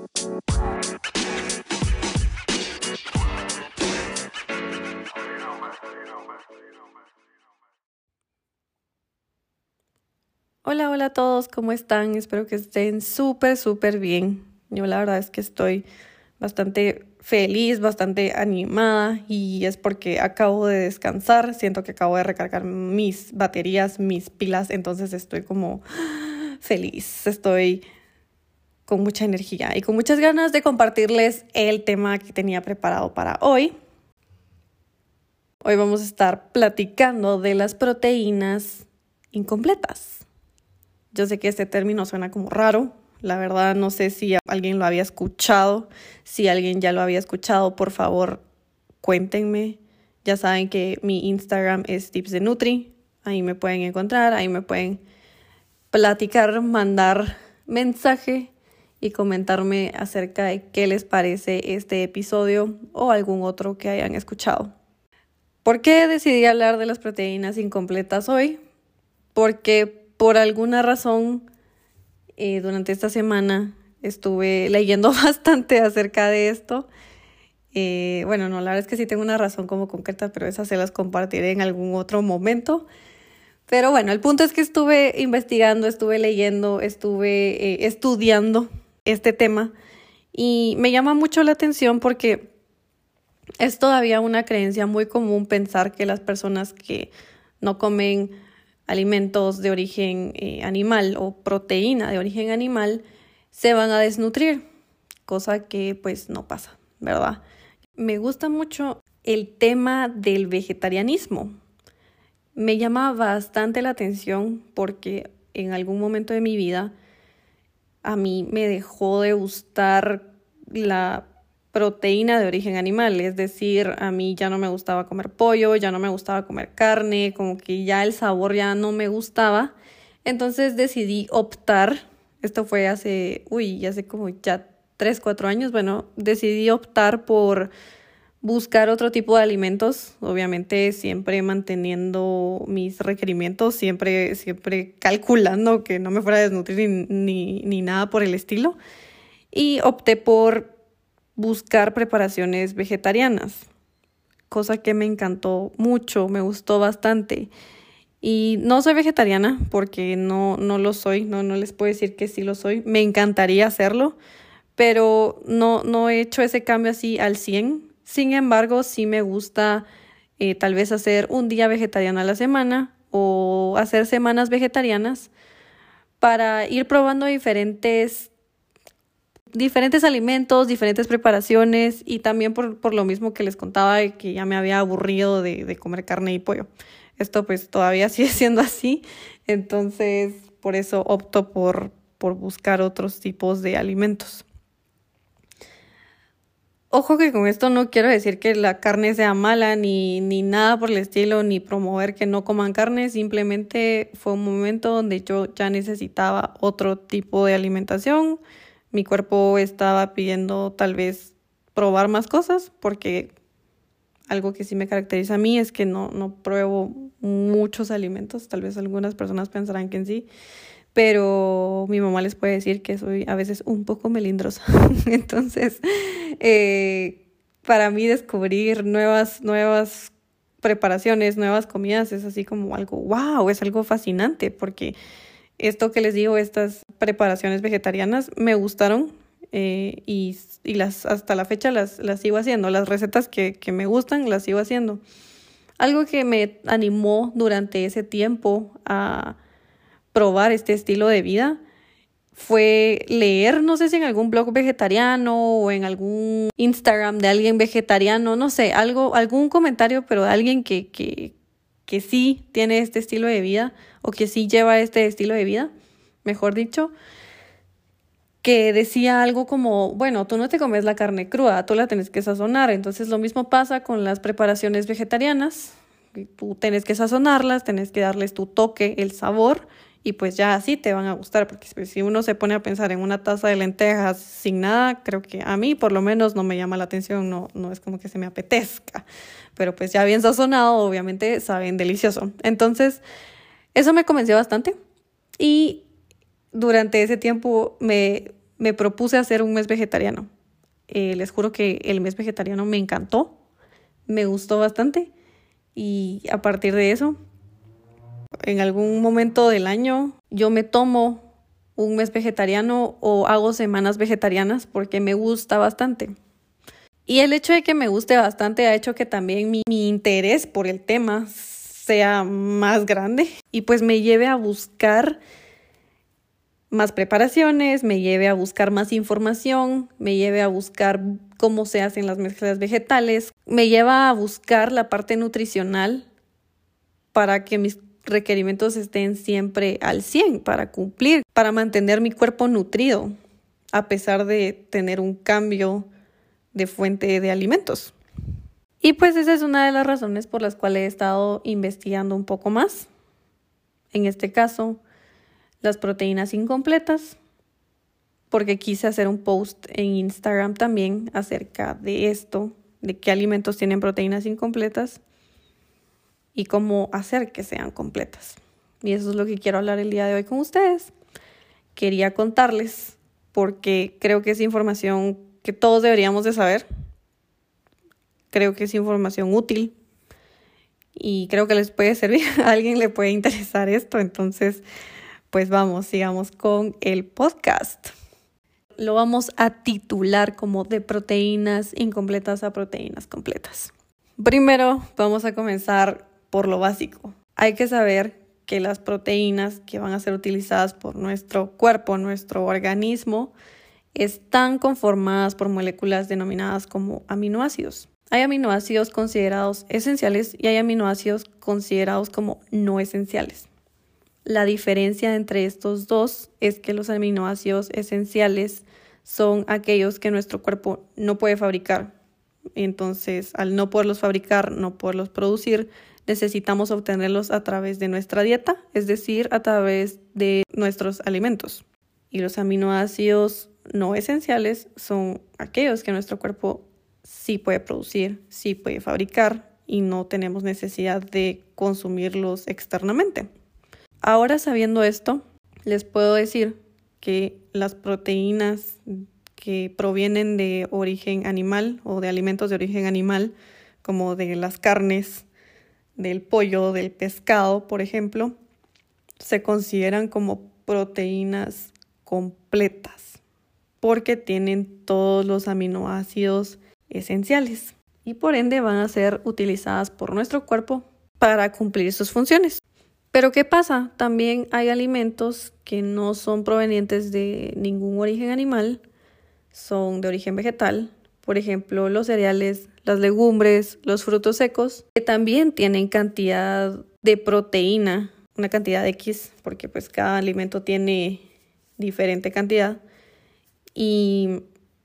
Hola, hola a todos, ¿cómo están? Espero que estén súper bien. Yo la verdad es que estoy bastante feliz, bastante animada y es porque acabo de descansar. Siento que acabo de recargar mis baterías, mis pilas, entonces estoy como feliz. Estoy con mucha energía y con muchas ganas de compartirles el tema que tenía preparado para hoy. Hoy vamos a estar platicando de las proteínas incompletas. Yo sé que este término suena como raro, la verdad no sé si alguien lo había escuchado, si alguien ya lo había escuchado, por favor cuéntenme. Ya saben que mi Instagram es Tips de Nutri, ahí me pueden encontrar, ahí me pueden platicar, mandar mensaje y comentarme acerca de qué les parece este episodio o algún otro que hayan escuchado. ¿Por qué decidí hablar de las proteínas incompletas hoy? Porque por alguna razón, durante esta semana estuve leyendo bastante acerca de esto. La verdad es que sí tengo una razón como concreta, pero esas se las compartiré en algún otro momento. Pero bueno, el punto es que estuve investigando, estuve leyendo, estuve estudiando este tema y me llama mucho la atención porque es todavía una creencia muy común pensar que las personas que no comen alimentos de origen animal o proteína de origen animal se van a desnutrir, cosa que pues no pasa, ¿verdad? Me gusta mucho el tema del vegetarianismo. Me llama bastante la atención porque en algún momento de mi vida a mí me dejó de gustar la proteína de origen animal, es decir, a mí ya no me gustaba comer pollo, ya no me gustaba comer carne, como que ya el sabor ya no me gustaba. Entonces decidí optar, esto fue hace como ya 3-4 años, decidí optar por buscar otro tipo de alimentos, obviamente siempre manteniendo mis requerimientos, siempre calculando que no me fuera a desnutrir ni nada por el estilo. Y opté por buscar preparaciones vegetarianas, cosa que me encantó mucho, me gustó bastante. Y no soy vegetariana porque no lo soy, no les puedo decir que sí lo soy. Me encantaría hacerlo, pero no he hecho ese cambio así al 100%. Sin embargo, sí me gusta tal vez hacer un día vegetariano a la semana o hacer semanas vegetarianas para ir probando diferentes alimentos, diferentes preparaciones y también por lo mismo que les contaba de que ya me había aburrido de comer carne y pollo. Esto pues todavía sigue siendo así, entonces por eso opto por buscar otros tipos de alimentos. Ojo que con esto no quiero decir que la carne sea mala ni nada por el estilo, ni promover que no coman carne, simplemente fue un momento donde yo ya necesitaba otro tipo de alimentación. Mi cuerpo estaba pidiendo tal vez probar más cosas porque algo que sí me caracteriza a mí es que no pruebo muchos alimentos. Tal vez algunas personas pensarán que en sí, pero mi mamá les puede decir que soy a veces un poco melindrosa. Entonces, para mí descubrir nuevas preparaciones, nuevas comidas es así como algo wow, es algo fascinante porque esto que les digo, estas preparaciones vegetarianas me gustaron y hasta la fecha las sigo haciendo. Las recetas que me gustan las sigo haciendo. Algo que me animó durante ese tiempo a probar este estilo de vida fue leer, no sé si en algún blog vegetariano o en algún Instagram de alguien vegetariano, no sé, algún comentario, pero de alguien que sí tiene este estilo de vida o que sí lleva este estilo de vida, mejor dicho, que decía algo como, bueno, tú no te comes la carne cruda, tú la tienes que sazonar. Entonces lo mismo pasa con las preparaciones vegetarianas, tú tienes que sazonarlas, tienes que darles tu toque, el sabor, y pues ya así te van a gustar, porque si uno se pone a pensar en una taza de lentejas sin nada, creo que a mí por lo menos no me llama la atención, no es como que se me apetezca, pero pues ya bien sazonado obviamente saben delicioso. Entonces eso me convenció bastante y durante ese tiempo me me propuse hacer un mes vegetariano. Les juro que el mes vegetariano me encantó, me gustó bastante y a partir de eso, en algún momento del año, yo me tomo un mes vegetariano o hago semanas vegetarianas porque me gusta bastante. Y el hecho de que me guste bastante ha hecho que también mi interés por el tema sea más grande y pues me lleve a buscar más preparaciones, me lleve a buscar más información, me lleve a buscar cómo se hacen las mezclas vegetales, me lleva a buscar la parte nutricional para que mis requerimientos estén siempre al 100 para cumplir, para mantener mi cuerpo nutrido, a pesar de tener un cambio de fuente de alimentos. Y pues esa es una de las razones por las cuales he estado investigando un poco más. En este caso, las proteínas incompletas, porque quise hacer un post en Instagram también acerca de esto, de qué alimentos tienen proteínas incompletas y cómo hacer que sean completas. Y eso es lo que quiero hablar el día de hoy con ustedes. Quería contarles porque creo que es información que todos deberíamos de saber. Creo que es información útil y creo que les puede servir. A alguien le puede interesar esto. Entonces, pues sigamos con el podcast. Lo vamos a titular como de proteínas incompletas a proteínas completas. Primero, vamos a comenzar por lo básico. Hay que saber que las proteínas que van a ser utilizadas por nuestro cuerpo, nuestro organismo, están conformadas por moléculas denominadas como aminoácidos. Hay aminoácidos considerados esenciales y hay aminoácidos considerados como no esenciales. La diferencia entre estos dos es que los aminoácidos esenciales son aquellos que nuestro cuerpo no puede fabricar. Entonces, al no poderlos fabricar, no poderlos producir, necesitamos obtenerlos a través de nuestra dieta, es decir, a través de nuestros alimentos. Y los aminoácidos no esenciales son aquellos que nuestro cuerpo sí puede producir, sí puede fabricar y no tenemos necesidad de consumirlos externamente. Ahora, sabiendo esto, les puedo decir que las proteínas que provienen de origen animal o de alimentos de origen animal, como de las carnes, del pollo, del pescado, por ejemplo, se consideran como proteínas completas porque tienen todos los aminoácidos esenciales y por ende van a ser utilizadas por nuestro cuerpo para cumplir sus funciones. Pero ¿qué pasa? También hay alimentos que no son provenientes de ningún origen animal, son de origen vegetal. Por ejemplo, los cereales, las legumbres, los frutos secos, que también tienen cantidad de proteína, una cantidad X, porque pues cada alimento tiene diferente cantidad y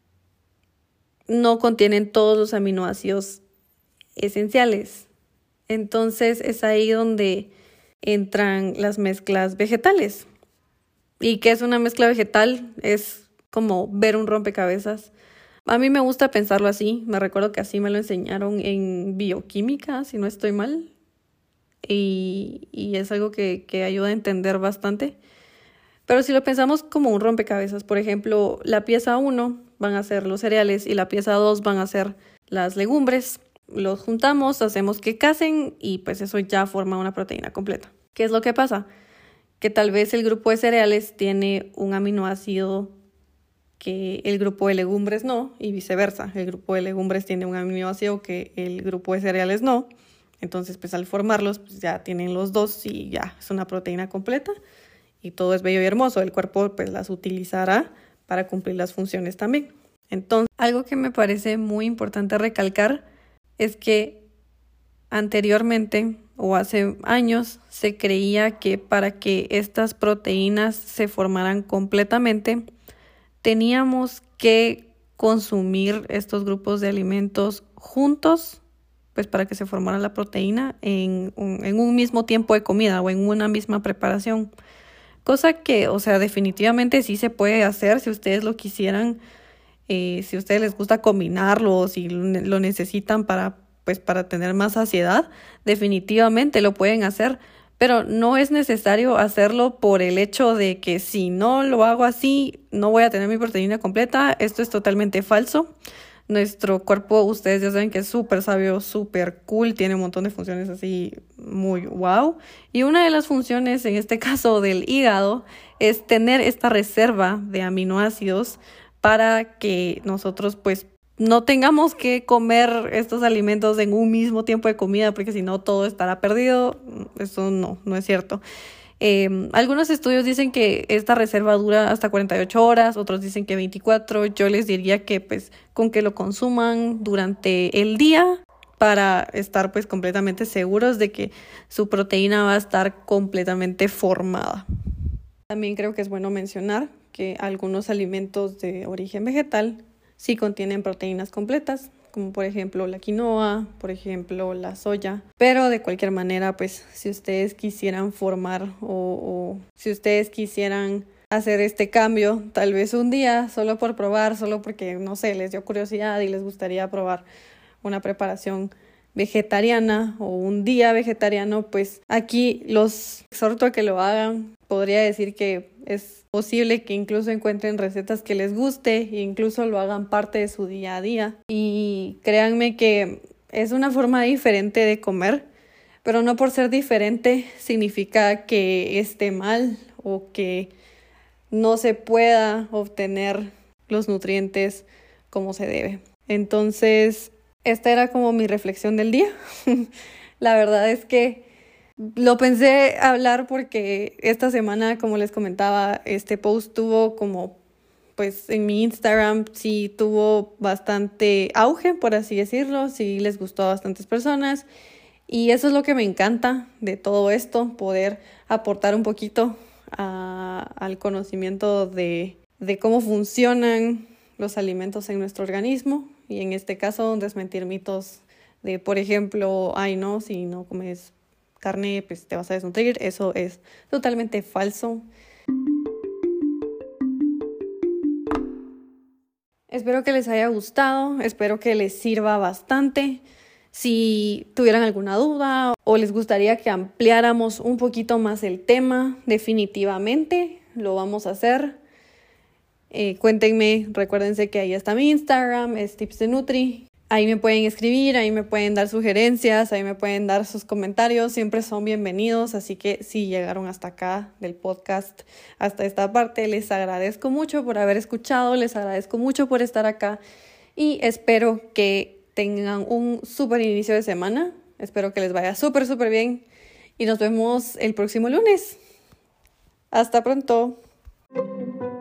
no contienen todos los aminoácidos esenciales. Entonces es ahí donde entran las mezclas vegetales. ¿Y qué es una mezcla vegetal? Es como ver un rompecabezas. A mí me gusta pensarlo así. Me recuerdo que así me lo enseñaron en bioquímica, si no estoy mal. Y es algo que ayuda a entender bastante. Pero si lo pensamos como un rompecabezas, por ejemplo, la pieza 1 van a ser los cereales y la pieza 2 van a ser las legumbres. Los juntamos, hacemos que casen y pues eso ya forma una proteína completa. ¿Qué es lo que pasa? Que tal vez el grupo de cereales tiene un aminoácido que el grupo de legumbres no y viceversa. El grupo de legumbres tiene un aminoácido que el grupo de cereales no. Entonces pues al formarlos pues ya tienen los dos y ya es una proteína completa y todo es bello y hermoso. El cuerpo pues las utilizará para cumplir las funciones también. Entonces, algo que me parece muy importante recalcar es que anteriormente o hace años se creía que para que estas proteínas se formaran completamente teníamos que consumir estos grupos de alimentos juntos, pues para que se formara la proteína en un mismo tiempo de comida o en una misma preparación. Cosa que, definitivamente sí se puede hacer si ustedes lo quisieran, si a ustedes les gusta combinarlo o si lo necesitan para tener más saciedad, definitivamente lo pueden hacer. pero no es necesario hacerlo por el hecho de que si no lo hago así, no voy a tener mi proteína completa. Esto es totalmente falso. Nuestro cuerpo, ustedes ya saben que es súper sabio, súper cool, tiene un montón de funciones así muy wow. Y una de las funciones, en este caso del hígado, es tener esta reserva de aminoácidos para que nosotros pues no tengamos que comer estos alimentos en un mismo tiempo de comida, porque si no todo estará perdido. Eso no es cierto. Algunos estudios dicen que esta reserva dura hasta 48 horas, otros dicen que 24. Yo les diría que pues con que lo consuman durante el día para estar pues completamente seguros de que su proteína va a estar completamente formada. También creo que es bueno mencionar que algunos alimentos de origen vegetal sí contienen proteínas completas, como por ejemplo la quinoa, por ejemplo la soya. Pero de cualquier manera, pues si ustedes quisieran formar o si ustedes quisieran hacer este cambio, tal vez un día, solo por probar, solo porque, no sé, les dio curiosidad y les gustaría probar una preparación vegetariana o un día vegetariano, pues aquí los exhorto a que lo hagan. Podría decir que es posible que incluso encuentren recetas que les guste e incluso lo hagan parte de su día a día. Y créanme que es una forma diferente de comer, pero no por ser diferente significa que esté mal o que no se pueda obtener los nutrientes como se debe. Entonces, esta era como mi reflexión del día. La verdad es que lo pensé hablar porque esta semana, como les comentaba, este post tuvo como, pues en mi Instagram sí tuvo bastante auge, por así decirlo, sí les gustó a bastantes personas y eso es lo que me encanta de todo esto, poder aportar un poquito al conocimiento de cómo funcionan los alimentos en nuestro organismo y en este caso desmentir mitos de, por ejemplo, no, si no comes carne, pues te vas a desnutrir. Eso es totalmente falso. Espero que les haya gustado, espero que les sirva bastante. Si tuvieran alguna duda o les gustaría que ampliáramos un poquito más el tema, definitivamente lo vamos a hacer. Cuéntenme, recuérdense que ahí está mi Instagram, es Tips de Nutri. Ahí me pueden escribir, ahí me pueden dar sugerencias, ahí me pueden dar sus comentarios, siempre son bienvenidos, así que si llegaron hasta acá del podcast, hasta esta parte, les agradezco mucho por haber escuchado, les agradezco mucho por estar acá y espero que tengan un súper inicio de semana, espero que les vaya súper bien y nos vemos el próximo lunes. Hasta pronto.